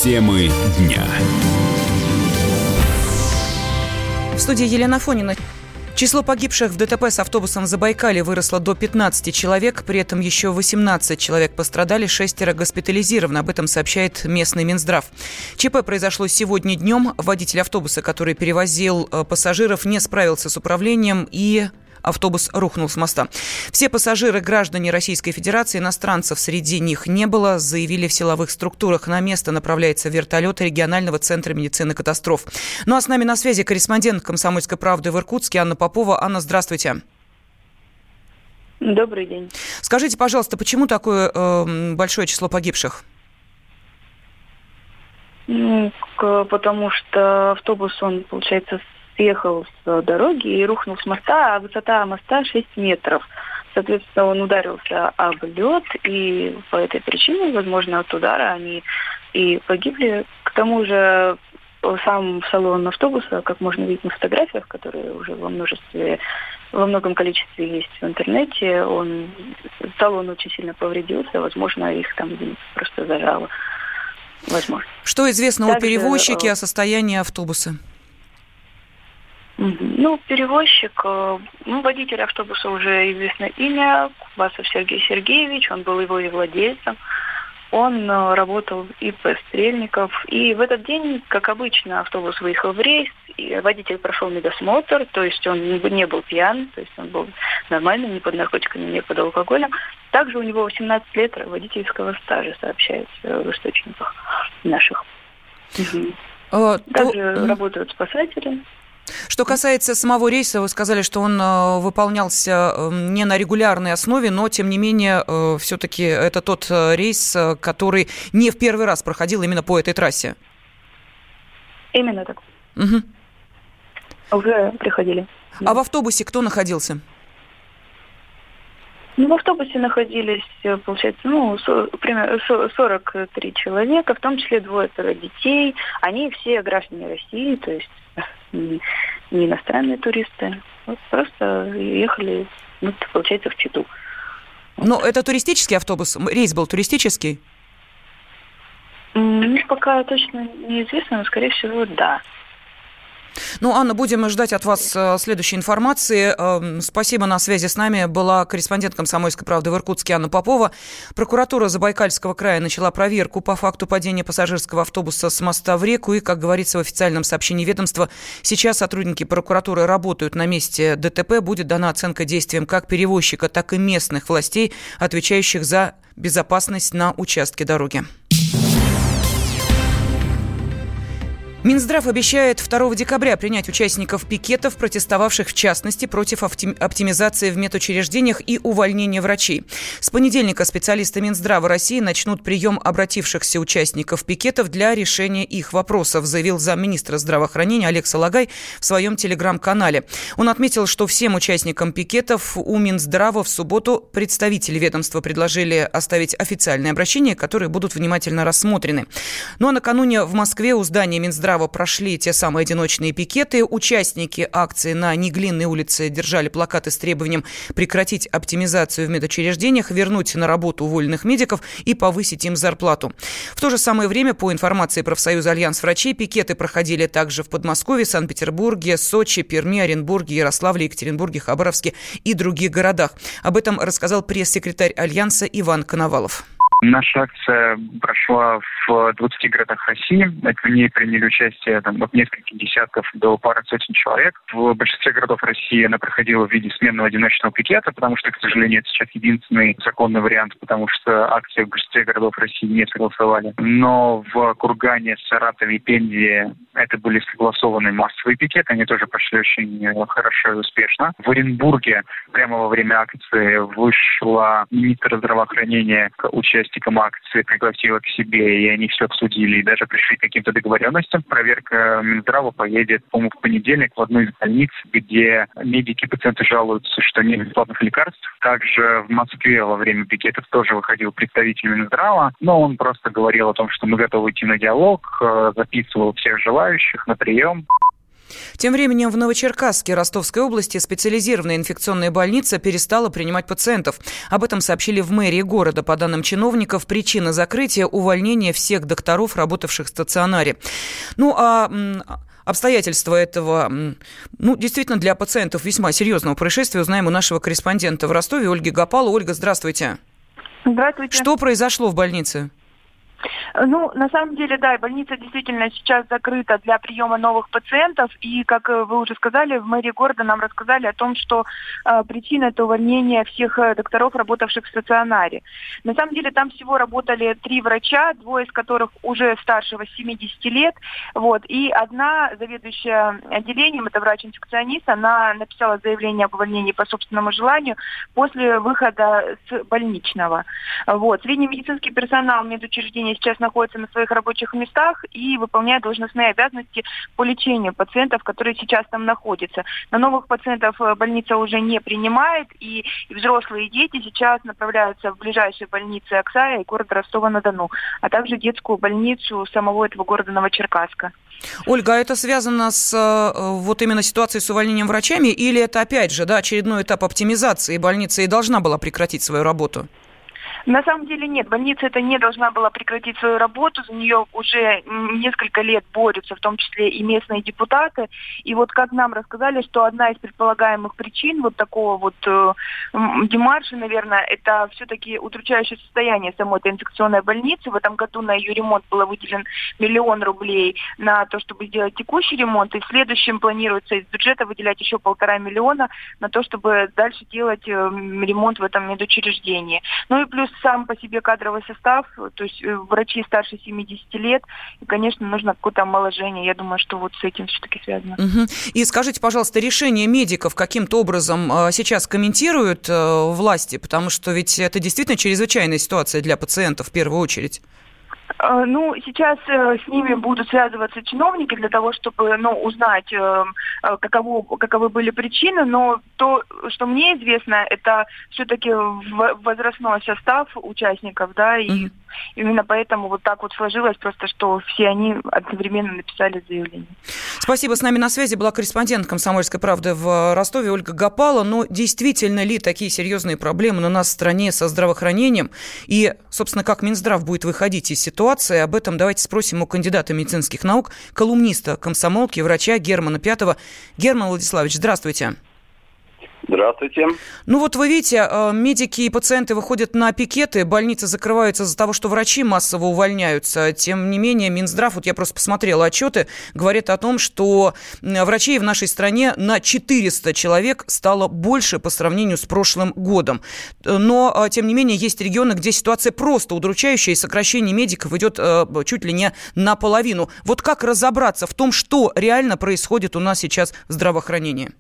Темы дня. В студии Елена Афонина. Число погибших в ДТП с автобусом в Забайкалье выросло до 15 человек, при этом еще 18 человек пострадали, 6 госпитализированы. Об этом сообщает местный Минздрав. ЧП произошло сегодня днем. Водитель автобуса, который перевозил пассажиров, не справился с управлением и автобус рухнул с моста. Все пассажиры – граждане Российской Федерации, иностранцев среди них не было, заявили в силовых структурах. На место направляется вертолет регионального центра медицины катастроф. Ну а с нами на связи корреспондент «Комсомольской правды» в Иркутске Анна Попова. Анна, здравствуйте. Добрый день. Скажите, пожалуйста, почему такое большое число погибших? Потому что автобус, он, получается, съехал с дороги и рухнул с моста, а высота моста 6 метров. Соответственно, он ударился об лед, и по этой причине, возможно, от удара они и погибли. К тому же сам салон автобуса, как можно видеть на фотографиях, которые уже во многом количестве есть в интернете, салон очень сильно повредился, возможно, их там просто зажало. Возможно. Что известно о перевозчике, о состоянии автобуса? Перевозчик, водитель автобуса уже известно имя, Кубасов Сергей Сергеевич, он был его и владельцем. Он работал в ИП «Стрельников». И в этот день, как обычно, автобус выехал в рейс, и водитель прошел медосмотр, то есть он не был пьян, то есть он был нормальным, ни под наркотиками, ни под алкоголем. Также у него 18 лет водительского стажа, сообщают в источниках наших. Также работают спасатели. Что касается самого рейса, вы сказали, что он выполнялся не на регулярной основе, но, тем не менее, все-таки это тот рейс, который не в первый раз проходил именно по этой трассе. Именно так. Угу. Уже приходили. А в автобусе кто находился? В автобусе находились, получается, примерно 43 человека, в том числе 2 детей. Они все граждане России, то есть не иностранные туристы. Просто ехали, получается, в Читу. Но это туристический автобус? Рейс был туристический? Пока точно неизвестно, но, скорее всего, да. Анна, будем ждать от вас следующей информации. Спасибо, на связи с нами была корреспондент «Комсомольской правды» в Иркутске Анна Попова. Прокуратура Забайкальского края начала проверку по факту падения пассажирского автобуса с моста в реку. И, как говорится в официальном сообщении ведомства, сейчас сотрудники прокуратуры работают на месте ДТП. Будет дана оценка действиям как перевозчика, так и местных властей, отвечающих за безопасность на участке дороги. Минздрав обещает 2 декабря принять участников пикетов, протестовавших в частности против оптимизации в медучреждениях и увольнения врачей. С понедельника специалисты Минздрава России начнут прием обратившихся участников пикетов для решения их вопросов, заявил замминистра здравоохранения Олег Салагай в своем телеграм-канале. Он отметил, что всем участникам пикетов у Минздрава в субботу представители ведомства предложили оставить официальные обращения, которые будут внимательно рассмотрены. А накануне в Москве у здания Минздрава прошли те самые одиночные пикеты. Участники акции на Неглинной улице держали плакаты с требованием прекратить оптимизацию в медучреждениях, вернуть на работу уволенных медиков и повысить им зарплату. В то же самое время, по информации профсоюза «Альянс врачей», пикеты проходили также в Подмосковье, Санкт-Петербурге, Сочи, Перми, Оренбурге, Ярославле, Екатеринбурге, Хабаровске и других городах. Об этом рассказал пресс-секретарь Альянса Иван Коновалов. Наша акция прошла в 20 городах России. В ней приняли участие от нескольких десятков до пары сотен человек. В большинстве городов России она проходила в виде сменного одиночного пикета, потому что, к сожалению, это сейчас единственный законный вариант, потому что акции в большинстве городов России не согласовали. Но в Кургане, Саратове и Пензе это были согласованные массовые пикеты. Они тоже прошли очень хорошо и успешно. В Оренбурге прямо во время акции вышла министр здравоохранения к участникам акции, пригласила к себе, и они все обсудили и даже пришли к каким-то договоренностям. Проверка Минздрава поедет, по-моему, в понедельник в одну из больниц, где медики и пациенты жалуются, что нет бесплатных лекарств. Также в Москве во время пикетов тоже выходил представитель Минздрава, но он просто говорил о том, что мы готовы идти на диалог, записывал всех желающих на прием. Тем временем в Новочеркасске Ростовской области специализированная инфекционная больница перестала принимать пациентов. Об этом сообщили в мэрии города. По данным чиновников, причина закрытия – увольнение всех докторов, работавших в стационаре. Обстоятельства этого, действительно, для пациентов весьма серьезного происшествия узнаем у нашего корреспондента в Ростове Ольги Гапало. Ольга, здравствуйте. Здравствуйте. Что произошло в больнице? На самом деле, да, больница действительно сейчас закрыта для приема новых пациентов. И, как вы уже сказали, в мэрии города нам рассказали о том, что причина – это увольнение всех докторов, работавших в стационаре. На самом деле, там всего работали 3 врача, 2 из которых уже старше 70 лет. И одна заведующая отделением, это врач-инфекционист, она написала заявление об увольнении по собственному желанию после выхода с больничного. Средний медицинский персонал медучреждения сейчас находится на своих рабочих местах и выполняет должностные обязанности по лечению пациентов, которые сейчас там находятся. На новых пациентов больница уже не принимает, и взрослые и дети сейчас направляются в ближайшие больницы Аксая и города Ростова-на-Дону, а также детскую больницу самого этого города Новочеркасска. Ольга, а это связано с именно ситуацией с увольнением врачами, или это опять же очередной этап оптимизации, больница и должна была прекратить свою работу? На самом деле нет, больница это не должна была прекратить свою работу, за нее уже несколько лет борются, в том числе и местные депутаты. И как нам рассказали, что одна из предполагаемых причин такого демарша, наверное, это все-таки удручающее состояние самой этой инфекционной больницы. В этом году на ее ремонт было выделен 1 000 000 рублей на то, чтобы сделать текущий ремонт, и в следующем планируется из бюджета выделять еще 1,5 миллиона на то, чтобы дальше делать ремонт в этом медучреждении. И плюс сам по себе кадровый состав, то есть врачи старше 70 лет, и, конечно, нужно какое-то омоложение. Я думаю, что с этим все-таки связано. Угу. И скажите, пожалуйста, решение медиков каким-то образом сейчас комментируют власти? Потому что ведь это действительно чрезвычайная ситуация для пациентов в первую очередь. Сейчас с ними будут связываться чиновники для того, чтобы узнать, каковы были причины. Но то, что мне известно, это все-таки возрастной состав участников, и именно поэтому так сложилось просто, что все они одновременно написали заявление. Спасибо. С нами на связи была корреспондент «Комсомольской правды» в Ростове Ольга Гапало. Но действительно ли такие серьезные проблемы у нас в стране со здравоохранением? И, собственно, как Минздрав будет выходить из ситуации? Об этом давайте спросим у кандидата медицинских наук, колумниста «Комсомолки», врача Германа Пятова. Герман Владиславович, здравствуйте. Здравствуйте. Вы видите, медики и пациенты выходят на пикеты, больницы закрываются из-за того, что врачи массово увольняются. Тем не менее, Минздрав, я просто посмотрела отчеты, говорит о том, что врачей в нашей стране на 400 человек стало больше по сравнению с прошлым годом. Но, тем не менее, есть регионы, где ситуация просто удручающая, и сокращение медиков идет чуть ли не наполовину. Как разобраться в том, что реально происходит у нас сейчас в здравоохранении?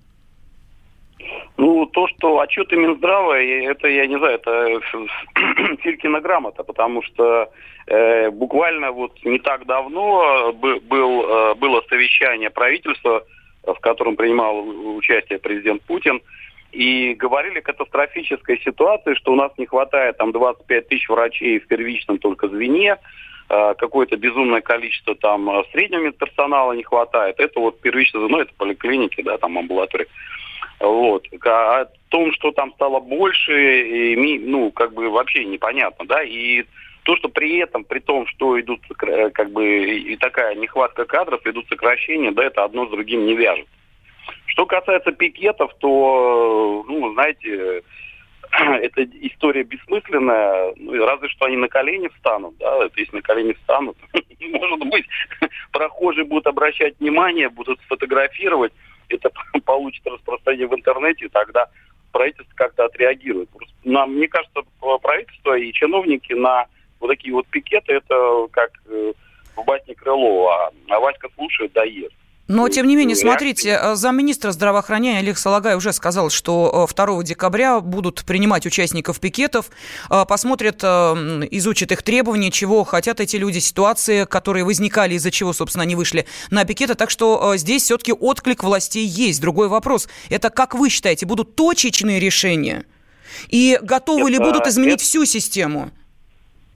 То, что отчеты Минздрава, это, я не знаю, это Филькина грамота, потому что буквально не так давно было совещание правительства, в котором принимал участие президент Путин, и говорили о катастрофической ситуации, что у нас не хватает 25 тысяч врачей в первичном только звене, какое-то безумное количество среднего медперсонала не хватает. Это первичное звено, это поликлиники, амбулатории. О том, что там стало больше, вообще непонятно, и то, что при том, что идут, и такая нехватка кадров, идут сокращения, это одно с другим не вяжет. Что касается пикетов, то, знаете, эта история бессмысленная, разве что они на колени встанут, если на колени встанут, может быть, прохожие будут обращать внимание, будут сфотографировать, это получит распространение в интернете, и тогда правительство как-то отреагирует. Мне кажется, правительство и чиновники на такие пикеты, это как в басне Крылова, а Васька слушает, да ест. Но, тем не менее, смотрите, замминистра здравоохранения Олег Салагай уже сказал, что 2 декабря будут принимать участников пикетов, посмотрят, изучат их требования, чего хотят эти люди, ситуации, которые возникали, из-за чего, собственно, они вышли на пикеты. Так что здесь все-таки отклик властей есть. Другой вопрос, это, как вы считаете, будут точечные решения? И готовы ли будут изменить всю систему?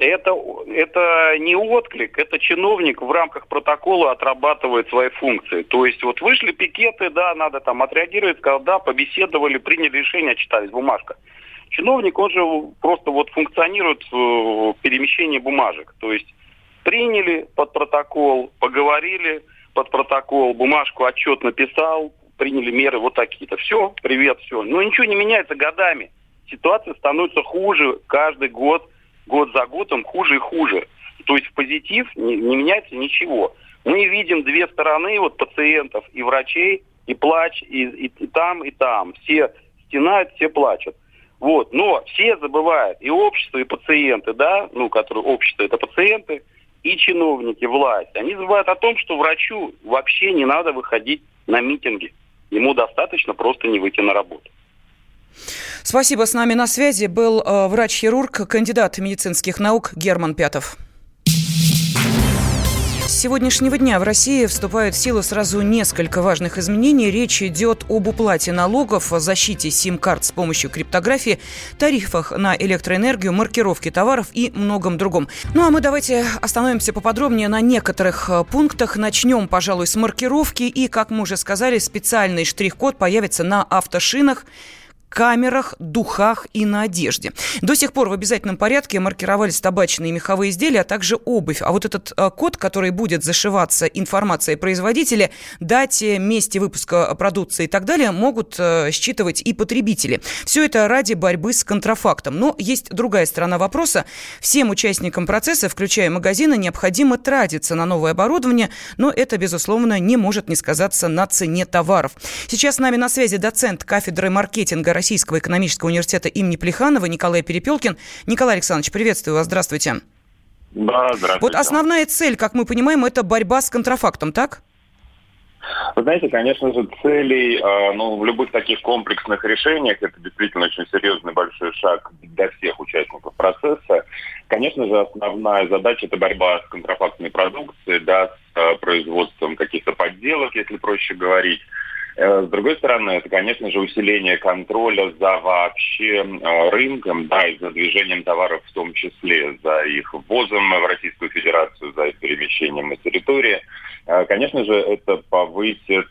Это не отклик, это чиновник в рамках протокола отрабатывает свои функции. То есть вот вышли пикеты, да, надо там отреагировать, когда побеседовали, приняли решение, отчитались, бумажка. Чиновник, он же просто вот функционирует в перемещении бумажек. То есть приняли под протокол, поговорили под протокол, бумажку, отчет написал, приняли меры вот такие-то. Все, привет, все. Но ничего не меняется годами. Ситуация становится хуже каждый год за годом хуже и хуже. То есть в позитив не меняется ничего. Мы видим две стороны вот пациентов и врачей, и плач, и там, и там. Все стенают, все плачут. Вот. Но все забывают, и общество, и пациенты, да, которые общество, это пациенты, и чиновники, власть. Они забывают о том, что врачу вообще не надо выходить на митинги. Ему достаточно просто не выйти на работу. Спасибо. С нами на связи был врач-хирург, кандидат медицинских наук Герман Пятов. С сегодняшнего дня в России вступают в силу сразу несколько важных изменений. Речь идет об уплате налогов, защите сим-карт с помощью криптографии, тарифах на электроэнергию, маркировке товаров и многом другом. Ну а мы давайте остановимся поподробнее на некоторых пунктах. Начнем, пожалуй, с маркировки. И, как мы уже сказали, специальный штрих-код появится на автошинах, камерах, духах и на одежде. До сих пор в обязательном порядке маркировались табачные и меховые изделия, а также обувь. А вот этот код, который будет зашиваться информацией производителя, дате, месте выпуска продукции и так далее, могут считывать и потребители. Все это ради борьбы с контрафактом. Но есть другая сторона вопроса. Всем участникам процесса, включая магазины, необходимо тратиться на новое оборудование, но это, безусловно, не может не сказаться на цене товаров. Сейчас с нами на связи доцент кафедры маркетинга Российского экономического университета имени Плеханова Николай Перепелкин. Николай Александрович, приветствую вас, здравствуйте. Да, здравствуйте. Вот основная цель, как мы понимаем, это борьба с контрафактом, так? Вы знаете, конечно же, целей, в любых таких комплексных решениях, это действительно очень серьезный большой шаг для всех участников процесса. Конечно же, основная задача – это борьба с контрафактной продукцией, да, с производством каких-то подделок, если проще говорить. С другой стороны, это, конечно же, усиление контроля за вообще рынком, да, и за движением товаров в том числе, за их ввозом в Российскую Федерацию, за их перемещением на территории. Конечно же, это повысит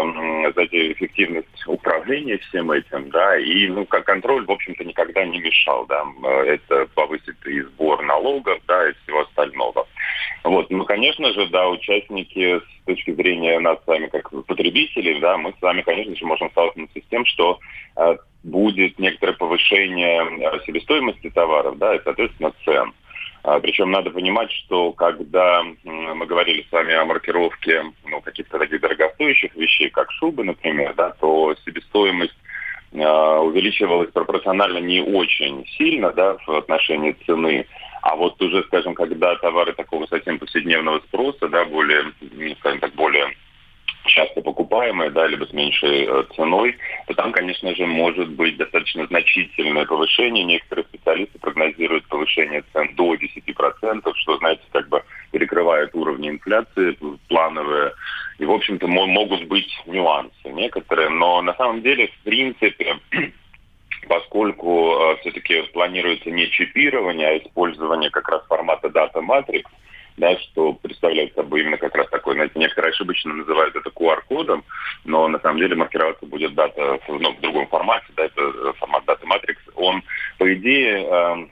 эффективность управления всем этим, да, и как контроль, в общем-то, никогда не мешал, да. Это повысит и сбор налогов, да, и всего остального. Вот, конечно же, да, участники с точки зрения нас с вами как потребителей, да, мы с вами, конечно же, можем столкнуться с тем, что будет некоторое повышение себестоимости товаров, да, и, соответственно, цен. Причем надо понимать, что когда мы говорили с вами о маркировке каких-то таких дорогостоящих вещей, как шубы, например, да, то себестоимость увеличивалась пропорционально не очень сильно, да, в отношении цены. А вот уже, скажем, когда товары такого совсем повседневного спроса, да, более, скажем так, более часто покупаемые, да, либо с меньшей ценой, то там, конечно же, может быть достаточно значительное повышение. Некоторые специалисты прогнозируют повышение цен до 10%, что, знаете, как бы перекрывает уровни инфляции плановые. И, в общем-то, могут быть нюансы некоторые. Но на самом деле, в принципе, поскольку все-таки планируется не чипирование, а использование как раз формата Data Matrix, да, что представляет собой именно как раз такой, знаете, некоторые ошибочно называют это QR-кодом, но на самом деле маркироваться будет дата в другом формате, да, это формат Data Matrix. Он, по идее,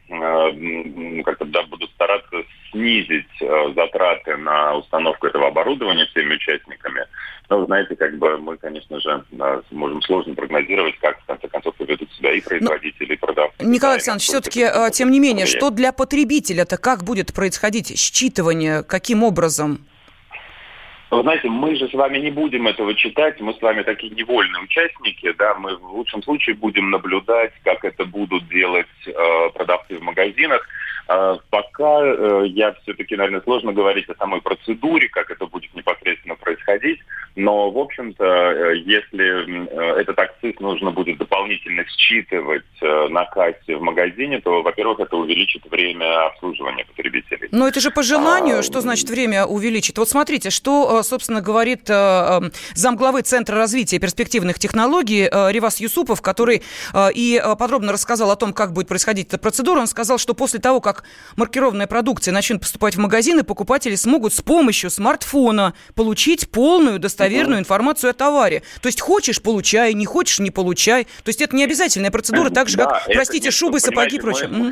как-то будут стараться снизить затраты на установку этого оборудования всеми участниками. Но, знаете, мы, конечно же, можем сложно прогнозировать, как, в конце концов, поведут себя и производители, и продавцы. Николай Александрович, все-таки, тем не менее, что для потребителя-то как будет происходить считывание, каким образом? Вы знаете, мы же с вами не будем этого читать, мы с вами такие невольные участники, да, мы в лучшем случае будем наблюдать, как это будут делать продавцы в магазинах. Пока я все-таки, наверное, сложно говорить о самой процедуре, как это будет непосредственно происходить, Но, в общем-то, если этот акциз нужно будет дополнительно считывать на кассе в магазине, то, во-первых, это увеличит время обслуживания потребителей. Но это же по желанию, что значит время увеличит? Вот смотрите, что, собственно, говорит замглавы Центра развития перспективных технологий Ривас Юсупов, который и подробно рассказал о том, как будет происходить эта процедура. Он сказал, что после того, как маркированная продукция начнет поступать в магазины, покупатели смогут с помощью смартфона получить полную достоверную информацию о товаре. То есть хочешь – получай, не хочешь – не получай. То есть это не обязательная процедура, так же, как, простите, шубы, сапоги и прочее.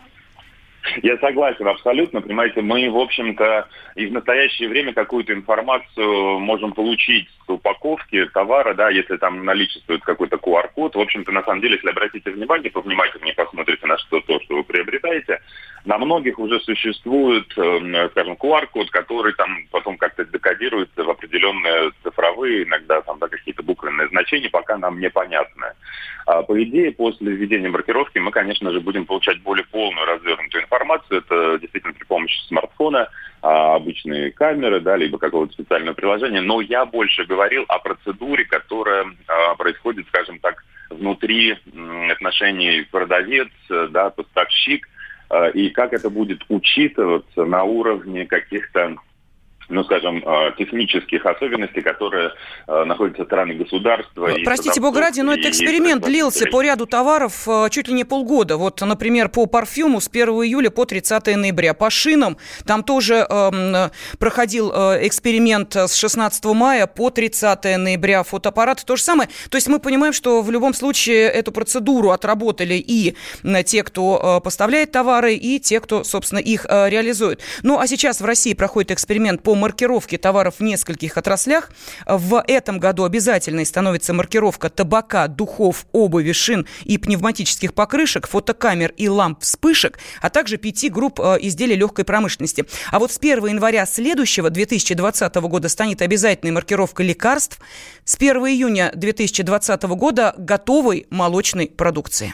Я согласен абсолютно. Понимаете, мы, в общем-то, и в настоящее время какую-то информацию можем получить с упаковки товара, да, если там наличествует какой-то QR-код. В общем-то, на самом деле, если обратите внимание, повнимательнее посмотрите на то, что вы приобретаете, на многих уже существует, скажем, QR-код, который там потом как-то декодируется в определенные цифровые, иногда там, да, какие-то буквенные значения, пока нам непонятны. По идее, после введения маркировки мы, конечно же, будем получать более полную, развернутую информацию. Это действительно при помощи смартфона, обычные камеры, да, либо какого-то специального приложения. Но я больше говорил о процедуре, которая происходит, скажем так, внутри отношений продавец, да, поставщик, и как это будет учитываться на уровне каких-то, ну, скажем, технических особенностей, которые находятся со стороны государства. Простите, бога ради, но этот эксперимент длился по ряду товаров чуть ли не полгода. Вот, например, по парфюму с 1 июля по 30 ноября. По шинам там тоже проходил эксперимент с 16 мая по 30 ноября. Фотоаппараты то же самое. То есть мы понимаем, что в любом случае эту процедуру отработали и те, кто поставляет товары, и те, кто, собственно, их реализует. Ну, а сейчас в России проходит эксперимент по маркировке товаров в нескольких отраслях. В этом году обязательной становится маркировка табака, духов, обуви, шин и пневматических покрышек, фотокамер и ламп вспышек, а также 5 групп изделий легкой промышленности. А вот с 1 января следующего, 2020 года, станет обязательной маркировка лекарств. С 1 июня 2020 года готовой молочной продукции.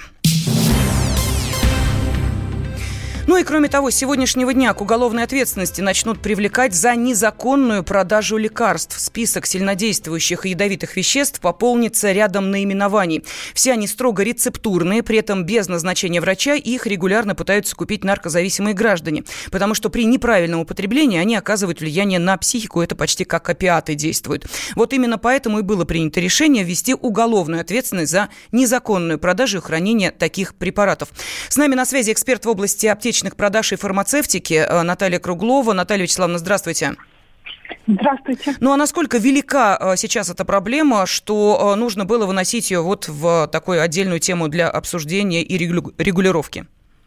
Ну и кроме того, с сегодняшнего дня к уголовной ответственности начнут привлекать за незаконную продажу лекарств. Список сильнодействующих и ядовитых веществ пополнится рядом наименований. Все они строго рецептурные, при этом без назначения врача, и их регулярно пытаются купить наркозависимые граждане. Потому что при неправильном употреблении они оказывают влияние на психику, это почти как опиаты действуют. Вот именно поэтому и было принято решение ввести уголовную ответственность за незаконную продажу и хранение таких препаратов. С нами на связи эксперт в области аптечных продаж и фармацевтики Наталья Круглова. Наталья Вячеславовна, здравствуйте. Здравствуйте. Ну а насколько велика сейчас эта проблема, что нужно было выносить ее вот в такую отдельную тему для обсуждения и регулировки?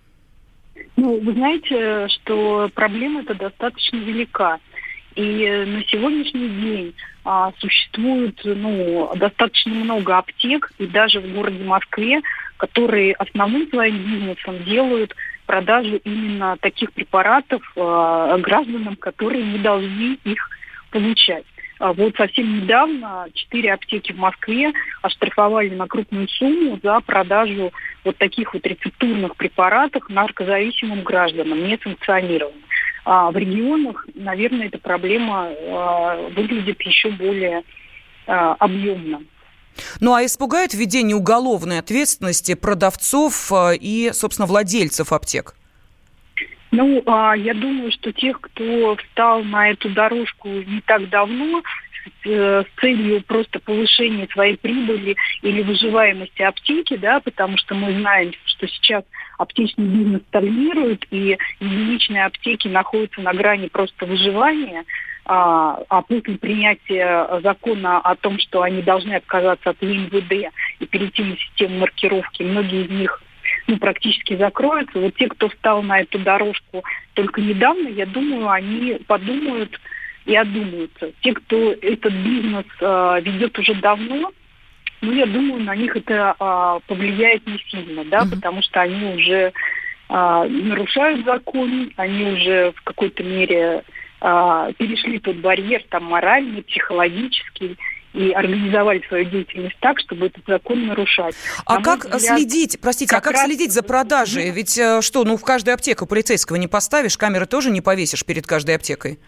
Ну, вы знаете, что проблема эта достаточно велика. И на сегодняшний день существует достаточно много аптек, и даже в городе Москве, которые основным своим бизнесом делают продажу именно таких препаратов гражданам, которые не должны их получать. Вот совсем недавно 4 аптеки в Москве оштрафовали на крупную сумму за продажу вот таких вот рецептурных препаратов наркозависимым гражданам, несанкционированным. А в регионах, наверное, эта проблема выглядит еще более объемно. Ну а испугает введение уголовной ответственности продавцов и, собственно, владельцев аптек? Ну, я думаю, что тех, кто встал на эту дорожку не так давно с целью просто повышения своей прибыли или выживаемости аптеки, да, потому что мы знаем, что сейчас аптечный бизнес стагнирует, и единичные аптеки находятся на грани просто выживания, а после принятия закона о том, что они должны отказаться от ЕМВД и перейти на систему маркировки, многие из них практически закроются. Вот те, кто встал на эту дорожку только недавно, я думаю, они подумают и одумаются. Те, кто этот бизнес ведет уже давно, я думаю, на них это повлияет не сильно, да, потому что они уже нарушают закон, они уже в какой-то мере перешли тот барьер там моральный, психологический, и организовали свою деятельность так, чтобы этот закон нарушать. А как следить, как следить за продажей? Ведь в каждую аптеку полицейского не поставишь, камеры тоже не повесишь перед каждой аптекой?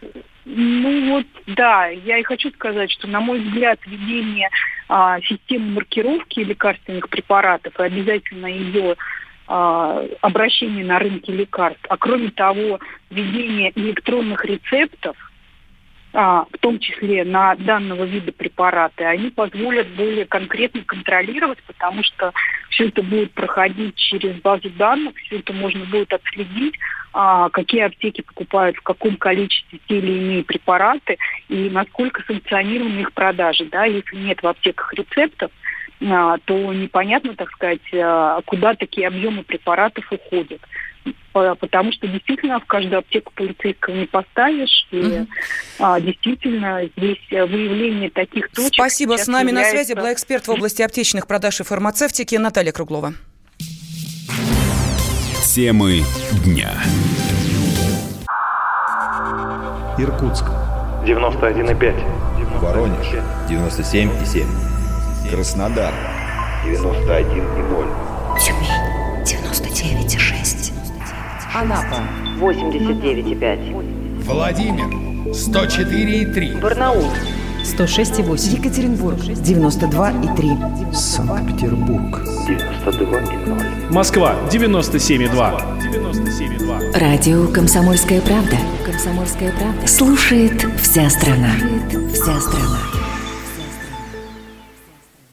Ну вот, да, я и хочу сказать, что, на мой взгляд, введение системы маркировки лекарственных препаратов и обязательно ее обращение на рынке лекарств, а кроме того, введение электронных рецептов, в том числе на данного вида препараты, они позволят более конкретно контролировать, потому что все это будет проходить через базу данных, все это можно будет отследить, какие аптеки покупают в каком количестве те или иные препараты и насколько санкционированы их продажи. Да? Если нет в аптеках рецептов, то непонятно, так сказать, куда такие объемы препаратов уходят. Потому что действительно в каждую аптеку полицейского не поставишь. И действительно здесь выявление таких точек... Спасибо. С нами на связи была эксперт в области аптечных продаж и фармацевтики Наталья Круглова. Темы дня. Иркутск 91,5. Воронеж 97,7. Краснодар 91,0. Тюмень 99,6. Анапа 89,5. Владимир 104,3. Барнаул 106,8. Екатеринбург 92,3. Санкт-Петербург 92,0. Москва 97,2. Радио «Комсомольская правда». «Комсомольская правда». Слушает вся страна.